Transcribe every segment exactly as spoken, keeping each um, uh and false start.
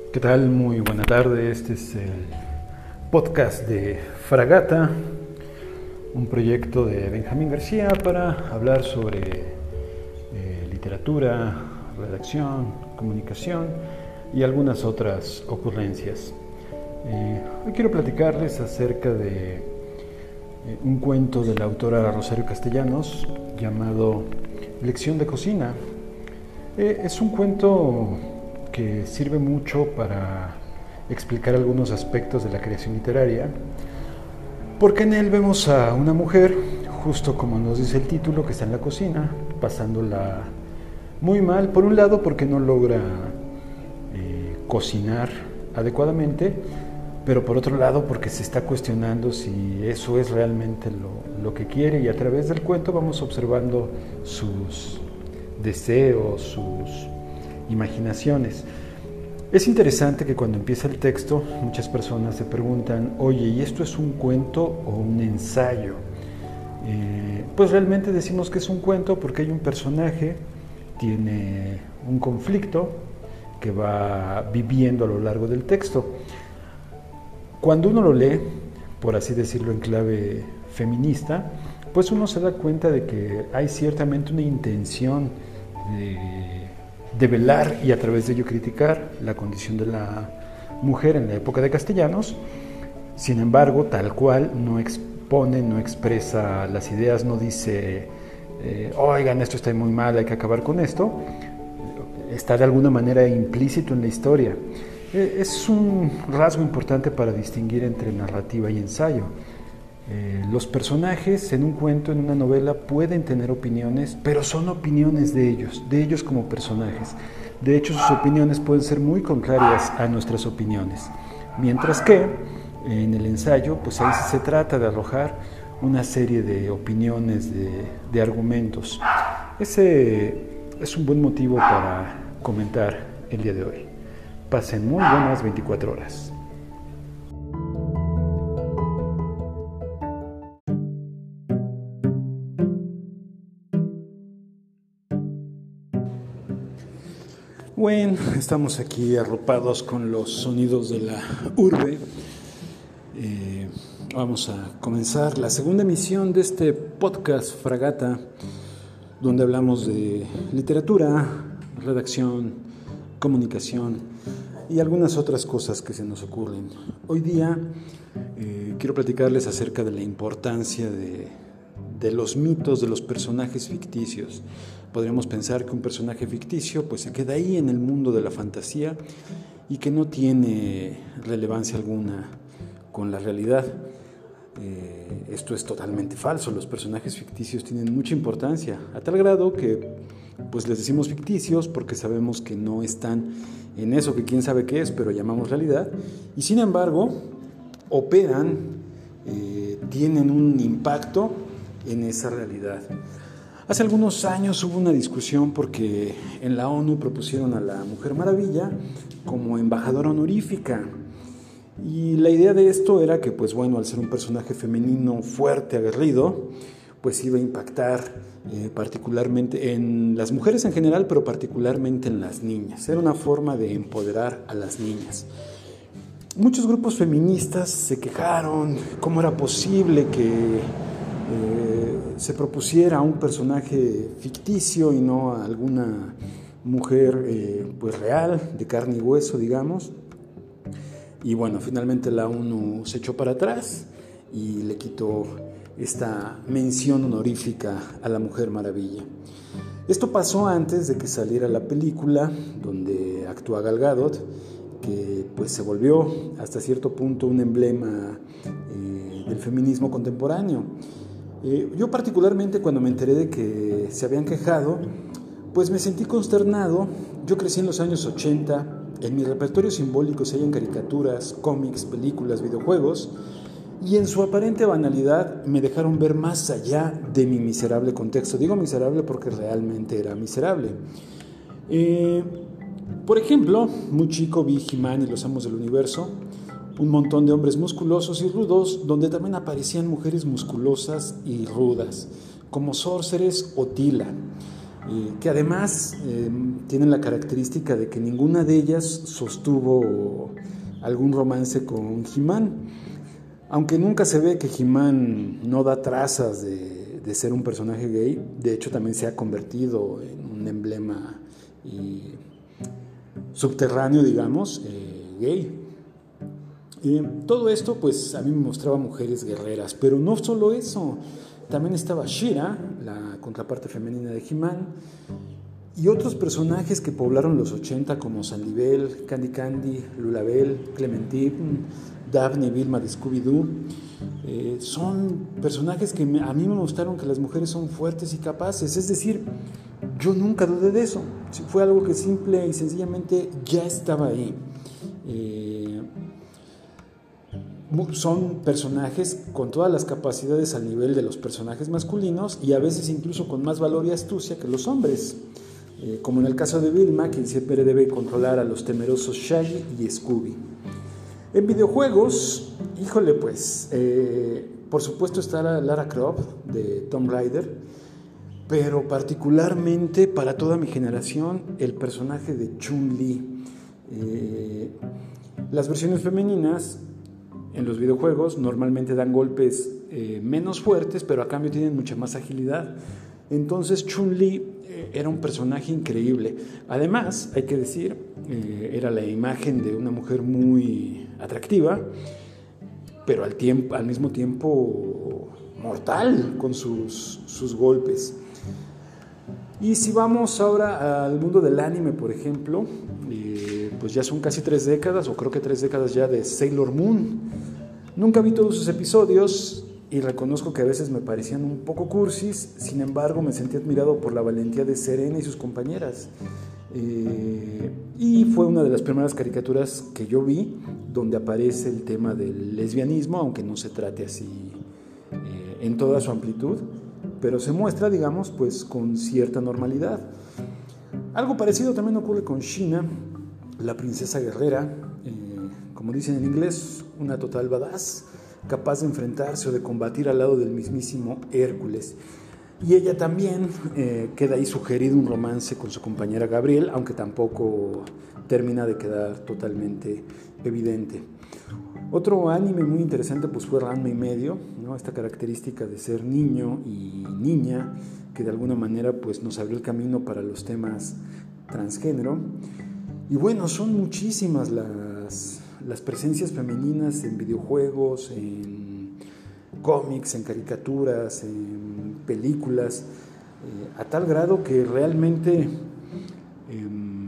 ¿Qué tal? Muy buena tarde. Este es el podcast de Fragata, un proyecto de Benjamín García para hablar sobre eh, literatura, redacción, comunicación y algunas otras ocurrencias. Eh, hoy quiero platicarles acerca de eh, un cuento de la autora Rosario Castellanos llamado Lección de Cocina. Eh, es un cuento que sirve mucho para explicar algunos aspectos de la creación literaria, porque en él vemos a una mujer, justo como nos dice el título, que está en la cocina, pasándola muy mal, por un lado porque no logra eh, cocinar adecuadamente, pero por otro lado porque se está cuestionando si eso es realmente lo, lo que quiere, y a través del cuento vamos observando sus deseos, sus imaginaciones. Es interesante que cuando empieza el texto muchas personas se preguntan: oye, ¿y esto es un cuento o un ensayo? Eh, pues realmente decimos que es un cuento porque hay un personaje, tiene un conflicto que va viviendo a lo largo del texto. Cuando uno lo lee, por así decirlo en clave feminista, pues uno se da cuenta de que hay ciertamente una intención de de velar y a través de ello criticar la condición de la mujer en la época de Castellanos. Sin embargo, tal cual, no expone, no expresa las ideas, no dice eh, oigan, esto está muy mal, hay que acabar con esto. Está de alguna manera implícito en la historia. Eh, es un rasgo importante para distinguir entre narrativa y ensayo. Eh, los personajes en un cuento, en una novela, pueden tener opiniones, pero son opiniones de ellos, de ellos como personajes. De hecho, sus opiniones pueden ser muy contrarias a nuestras opiniones. Mientras que en el ensayo, pues ahí sí se trata de arrojar una serie de opiniones, de, de argumentos. Ese es un buen motivo para comentar el día de hoy. Pasen muy buenas veinticuatro horas. Bueno, estamos aquí arropados con los sonidos de la urbe. Eh, vamos a comenzar la segunda emisión de este podcast Fragata, donde hablamos de literatura, redacción, comunicación y algunas otras cosas que se nos ocurren. Hoy día eh, quiero platicarles acerca de la importancia de, de los mitos, de los personajes ficticios. Podríamos pensar que un personaje ficticio pues se queda ahí en el mundo de la fantasía y que no tiene relevancia alguna con la realidad. Eh, esto es totalmente falso. Los personajes ficticios tienen mucha importancia, a tal grado que pues les decimos ficticios porque sabemos que no están en eso que quién sabe qué es, pero llamamos realidad, y sin embargo operan, eh, tienen un impacto en esa realidad. Hace algunos años hubo una discusión porque en la ONU propusieron a la Mujer Maravilla como embajadora honorífica. Y la idea de esto era que, pues bueno, al ser un personaje femenino fuerte, aguerrido, pues iba a impactar eh, particularmente en las mujeres en general, pero particularmente en las niñas. Era una forma de empoderar a las niñas. Muchos grupos feministas se quejaron cómo era posible que Eh, se propusiera a un personaje ficticio y no a alguna mujer eh, pues real, de carne y hueso, digamos. Y bueno, finalmente la ONU se echó para atrás y le quitó esta mención honorífica a la Mujer Maravilla. Esto pasó antes de que saliera la película donde actúa Gal Gadot, que pues se volvió hasta cierto punto un emblema eh, del feminismo contemporáneo. Eh, yo particularmente, cuando me enteré de que se habían quejado, pues me sentí consternado. Yo crecí en los años ochenta, en mi repertorio simbólico se hallan caricaturas, cómics, películas, videojuegos, y en su aparente banalidad me dejaron ver más allá de mi miserable contexto. Digo miserable porque realmente era miserable. Eh, por ejemplo, muy chico vi He-Man y los Amos del Universo, un montón de hombres musculosos y rudos, donde también aparecían mujeres musculosas y rudas, como Sorceress o Tila. eh, que además eh, tienen la característica de que ninguna de ellas sostuvo algún romance con He-Man, aunque nunca se ve que He-Man no da trazas de, de ser un personaje gay. De hecho también se ha convertido en un emblema y subterráneo, digamos, eh, gay. Eh, todo esto pues a mí me mostraba mujeres guerreras, pero no solo eso, también estaba She-Ra, la contraparte femenina de He-Man, y otros personajes que poblaron los ochenta como Sandy-Bell, Candy Candy, Lulabelle, Clementine, Daphne, Vilma de Scooby-Doo. Eh, son personajes que me, a mí me mostraron que las mujeres son fuertes y capaces, es decir, yo nunca dudé de eso, fue algo que simple y sencillamente ya estaba ahí. Eh, son personajes con todas las capacidades al nivel de los personajes masculinos y a veces incluso con más valor y astucia que los hombres, eh, como en el caso de Vilma, quien siempre debe controlar a los temerosos Shaggy y Scooby. En videojuegos, híjole pues, eh, por supuesto está Lara Croft de Tomb Raider, pero particularmente para toda mi generación el personaje de Chun-Li. Eh, las versiones femeninas en los videojuegos normalmente dan golpes eh, menos fuertes, pero a cambio tienen mucha más agilidad. Entonces Chun-Li eh, era un personaje increíble. Además, hay que decir, eh, era la imagen de una mujer muy atractiva, pero al, tiempo, al mismo tiempo mortal con sus, sus golpes. Y si vamos ahora al mundo del anime, por ejemplo, eh, pues ya son casi tres décadas, o creo que tres décadas ya, de Sailor Moon. Nunca vi todos sus episodios y reconozco que a veces me parecían un poco cursis, sin embargo me sentí admirado por la valentía de Serena y sus compañeras. Eh, y fue una de las primeras caricaturas que yo vi donde aparece el tema del lesbianismo, aunque no se trate así eh, en toda su amplitud, pero se muestra, digamos, pues con cierta normalidad. Algo parecido también ocurre con Sheena, la princesa guerrera, eh, como dicen en inglés, una total badass, capaz de enfrentarse o de combatir al lado del mismísimo Hércules. Y ella también eh, queda ahí sugerido un romance con su compañera Gabriel, aunque tampoco termina de quedar totalmente evidente. Otro anime muy interesante pues fue Ranma y medio, ¿no? Esta característica de ser niño y niña, que de alguna manera pues nos abrió el camino para los temas transgénero. Y bueno, son muchísimas las, las presencias femeninas en videojuegos, en cómics, en caricaturas, en películas, eh, a tal grado que realmente eh,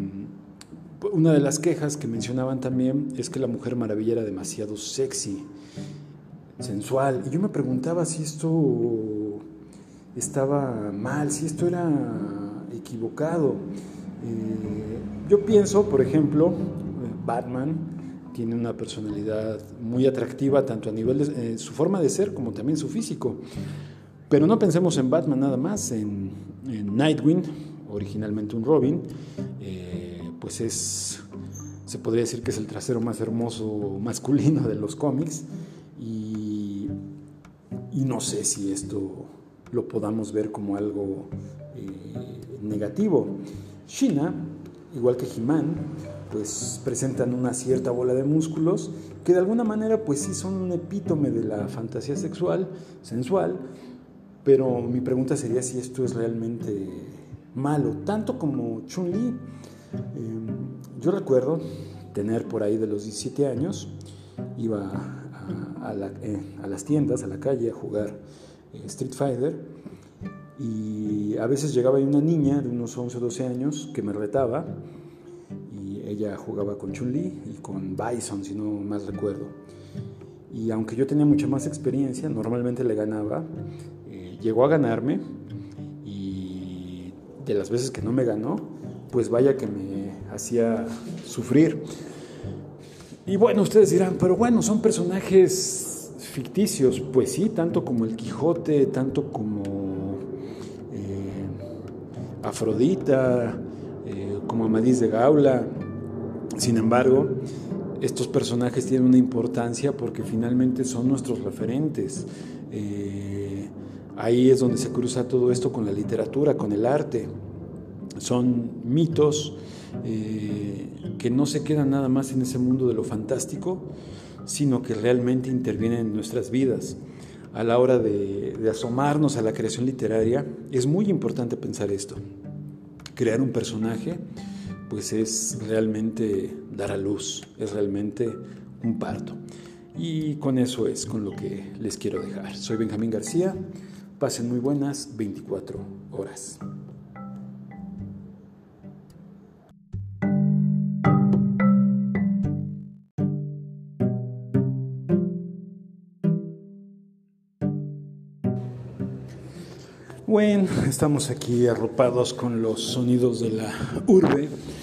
una de las quejas que mencionaban también es que la Mujer Maravilla era demasiado sexy, sensual, y yo me preguntaba si esto estaba mal, si esto era equivocado. Eh, yo pienso, por ejemplo, Batman tiene una personalidad muy atractiva, tanto a nivel de eh, su forma de ser como también su físico. Pero no pensemos en Batman nada más, en, en Nightwing, originalmente un Robin, eh, pues es, se podría decir que es el trasero más hermoso masculino de los cómics, y, y no sé si esto lo podamos ver como algo eh, negativo. Sheena, igual que He-Man, pues presentan una cierta bola de músculos que de alguna manera pues sí son un epítome de la fantasía sexual, sensual, pero mi pregunta sería si esto es realmente malo, tanto como Chun-Li. Eh, yo recuerdo tener por ahí de los diecisiete años, iba a, a, la, eh, a las tiendas, a la calle a jugar eh, Street Fighter, y a veces llegaba ahí una niña de unos once o doce años que me retaba, y ella jugaba con Chun-Li y con Bison, si no mal recuerdo, y aunque yo tenía mucha más experiencia, normalmente le ganaba. Eh, llegó a ganarme, y de las veces que no me ganó, pues vaya que me hacía sufrir. Y bueno, ustedes dirán, pero bueno, son personajes ficticios. Pues sí, tanto como el Quijote, tanto como eh, Afrodita, eh, como Amadís de Gaula. Sin embargo, estos personajes tienen una importancia porque finalmente son nuestros referentes. Eh, ahí es donde se cruza todo esto con la literatura, con el arte. Son mitos eh, que no se quedan nada más en ese mundo de lo fantástico, sino que realmente intervienen en nuestras vidas. A la hora de, de asomarnos a la creación literaria, es muy importante pensar esto. Crear un personaje, pues es realmente dar a luz, es realmente un parto. Y con eso es con lo que les quiero dejar. Soy Benjamín García, pasen muy buenas veinticuatro horas. Bueno, estamos aquí arropados con los sonidos de la urbe.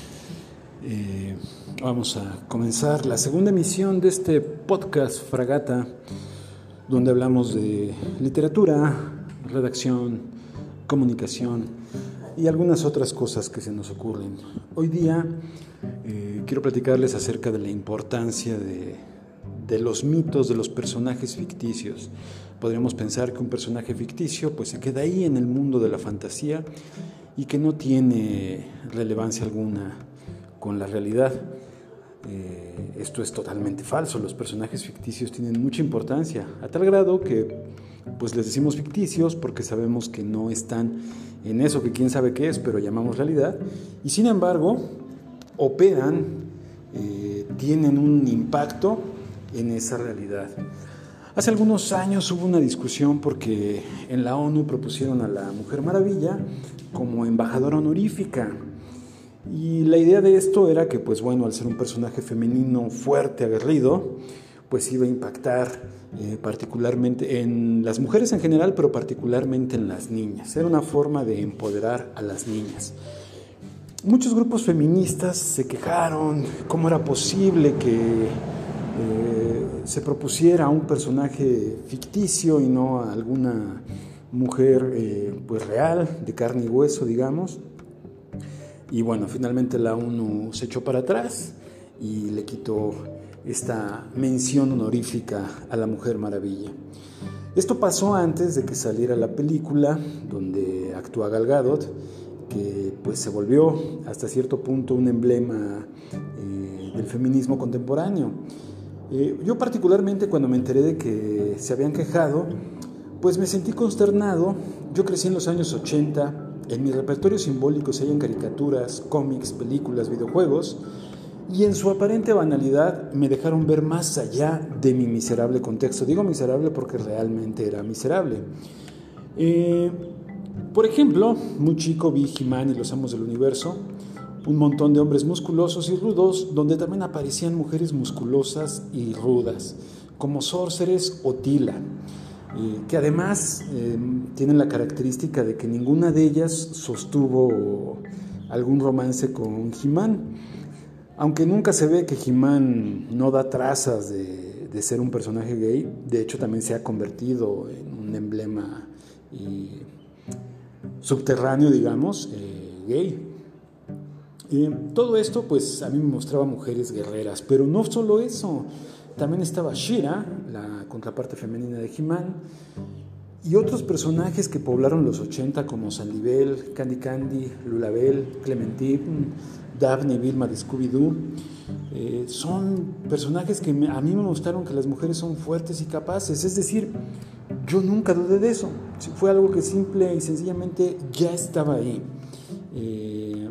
Eh, vamos a comenzar la segunda emisión de este podcast Fragata, donde hablamos de literatura, redacción, comunicación y algunas otras cosas que se nos ocurren. Hoy día eh, quiero platicarles acerca de la importancia de, de los mitos de los personajes ficticios. Podríamos pensar que un personaje ficticio pues se queda ahí en el mundo de la fantasía y que no tiene relevancia alguna con la realidad. Eh, esto es totalmente falso. Los personajes ficticios tienen mucha importancia, a tal grado que pues les decimos ficticios porque sabemos que no están en eso que quién sabe qué es, pero llamamos realidad, y sin embargo operan, eh, tienen un impacto en esa realidad. Hace algunos años hubo una discusión porque en la ONU propusieron a la Mujer Maravilla como embajadora honorífica. Y la idea de esto era que, pues bueno, al ser un personaje femenino fuerte, aguerrido, pues iba a impactar eh, particularmente en las mujeres en general, pero particularmente en las niñas. Era una forma de empoderar a las niñas. Muchos grupos feministas se quejaron cómo era posible que eh, se propusiera un personaje ficticio y no a alguna mujer eh, pues real, de carne y hueso, digamos. Y bueno, finalmente la ONU se echó para atrás y le quitó esta mención honorífica a la Mujer Maravilla. Esto pasó antes de que saliera la película donde actúa Gal Gadot, que pues se volvió hasta cierto punto un emblema eh, del feminismo contemporáneo. Eh, yo particularmente, cuando me enteré de que se habían quejado, pues me sentí consternado. Yo crecí en los años ochenta. En mi repertorio simbólico se hallan caricaturas, cómics, películas, videojuegos, y en su aparente banalidad me dejaron ver más allá de mi miserable contexto. Digo miserable porque realmente era miserable. Eh, por ejemplo, muy chico vi He-Man y los Amos del Universo, un montón de hombres musculosos y rudos, donde también aparecían mujeres musculosas y rudas, como Sorceress o Tila. Eh, que además eh, tienen la característica de que ninguna de ellas sostuvo algún romance con He-Man, aunque nunca se ve que He-Man no da trazas de, de ser un personaje gay. De hecho, también se ha convertido en un emblema eh, subterráneo, digamos, eh, gay. Eh, todo esto pues a mí me mostraba mujeres guerreras, pero no solo eso. También estaba She-Ra, la contraparte femenina de He-Man, y otros personajes que poblaron los ochenta como Sandy-Bell, Candy Candy, Lulabelle, Clementine, Daphne y Vilma de Scooby-Doo. Eh, son personajes que me, a mí me mostraron que las mujeres son fuertes y capaces. Es decir, yo nunca dudé de eso. Fue algo que simple y sencillamente ya estaba ahí. Eh,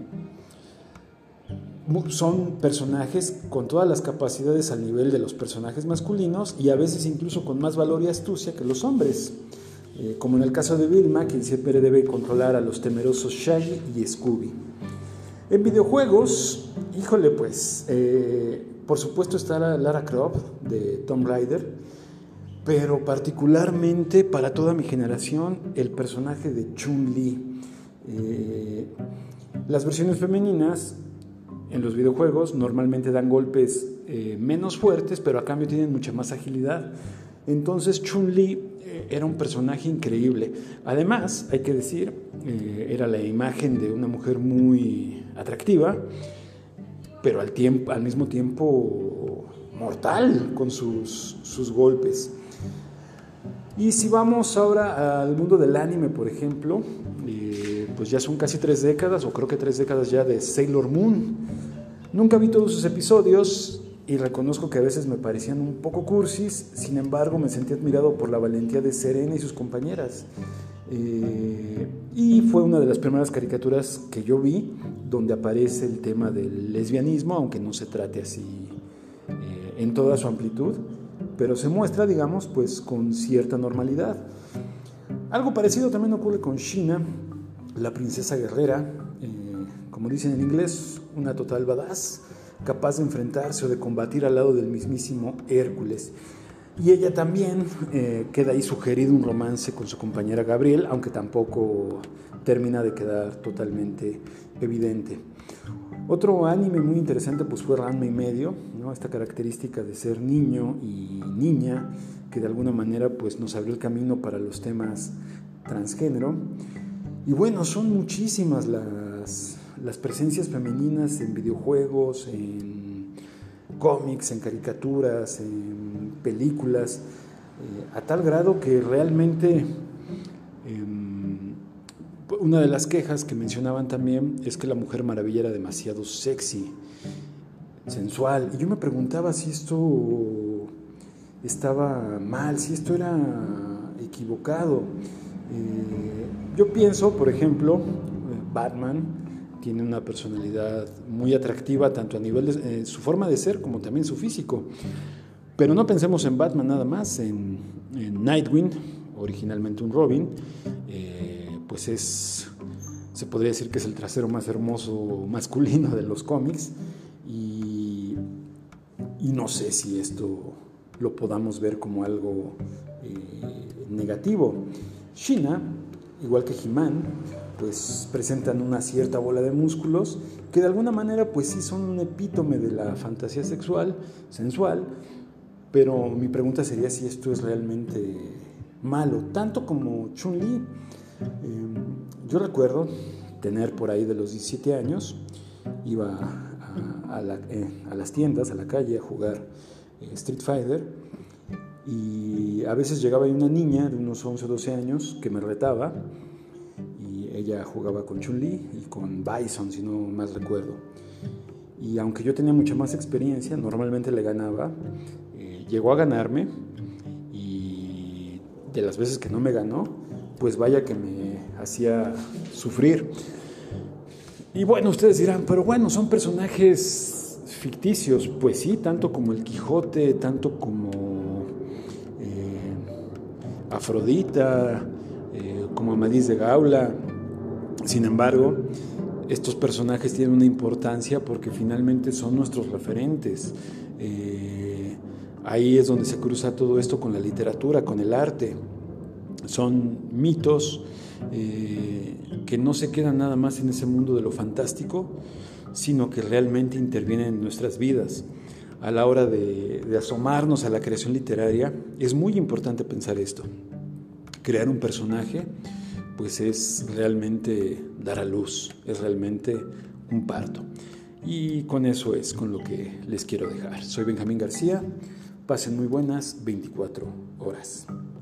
Son personajes con todas las capacidades al nivel de los personajes masculinos y a veces incluso con más valor y astucia que los hombres, eh, como en el caso de Vilma, quien siempre debe controlar a los temerosos Shaggy y Scooby. En videojuegos, híjole pues, eh, por supuesto está Lara Croft de Tomb Raider, pero particularmente para toda mi generación el personaje de Chun-Li. Eh, las versiones femeninas en los videojuegos normalmente dan golpes eh, menos fuertes, pero a cambio tienen mucha más agilidad. Entonces Chun-Li eh, era un personaje increíble. Además, hay que decir, eh, era la imagen de una mujer muy atractiva, pero al, tiempo, al mismo tiempo mortal con sus, sus golpes. Y si vamos ahora al mundo del anime, por ejemplo, eh, pues ya son casi tres décadas, o creo que tres décadas ya de Sailor Moon. Nunca vi todos sus episodios y reconozco que a veces me parecían un poco cursis, sin embargo me sentí admirado por la valentía de Serena y sus compañeras. Eh, y fue una de las primeras caricaturas que yo vi donde aparece el tema del lesbianismo, aunque no se trate así eh, en toda su amplitud, pero se muestra, digamos, pues con cierta normalidad. Algo parecido también ocurre con Sheena, la princesa guerrera, eh, como dicen en inglés, una total badass, capaz de enfrentarse o de combatir al lado del mismísimo Hércules. Y ella también eh, queda ahí sugerido un romance con su compañera Gabriel, aunque tampoco termina de quedar totalmente evidente. Otro anime muy interesante pues fue Ranma y medio, ¿no? Esta característica de ser niño y niña, que de alguna manera pues nos abrió el camino para los temas transgénero. Y bueno, son muchísimas las, las presencias femeninas en videojuegos, en cómics, en caricaturas, en películas, eh, a tal grado que realmente eh, una de las quejas que mencionaban también es que la Mujer Maravilla era demasiado sexy, sensual, y yo me preguntaba si esto estaba mal, si esto era equivocado. Eh, yo pienso, por ejemplo, Batman tiene una personalidad muy atractiva, tanto a nivel de eh, su forma de ser como también su físico. Pero no pensemos en Batman nada más, en, en Nightwing, originalmente un Robin, eh, pues es, se podría decir que es el trasero más hermoso masculino de los cómics, y, y no sé si esto lo podamos ver como algo eh, negativo. Sheena, igual que He-Man, pues presentan una cierta bola de músculos que de alguna manera pues sí son un epítome de la fantasía sexual, sensual, pero mi pregunta sería si esto es realmente malo, tanto como Chun-Li. Eh, yo recuerdo tener por ahí de los diecisiete años, iba a, a, la, eh, a las tiendas, a la calle a jugar eh, Street Fighter, y a veces llegaba ahí una niña de unos once o doce años que me retaba, y ella jugaba con Chun-Li y con Bison, si no mal recuerdo, y aunque yo tenía mucha más experiencia, normalmente le ganaba. Eh, llegó a ganarme, y de las veces que no me ganó, pues vaya que me hacía sufrir. Y bueno, ustedes dirán, pero bueno, son personajes ficticios. Pues sí, tanto como el Quijote, tanto como eh, Afrodita, eh, como Amadís de Gaula. Sin embargo, estos personajes tienen una importancia porque finalmente son nuestros referentes. Eh, ahí es donde se cruza todo esto con la literatura, con el arte. Son mitos eh, que no se quedan nada más en ese mundo de lo fantástico, sino que realmente intervienen en nuestras vidas. A la hora de, de asomarnos a la creación literaria, es muy importante pensar esto. Crear un personaje, pues es realmente dar a luz, es realmente un parto. Y con eso es con lo que les quiero dejar. Soy Benjamín García, pasen muy buenas veinticuatro horas.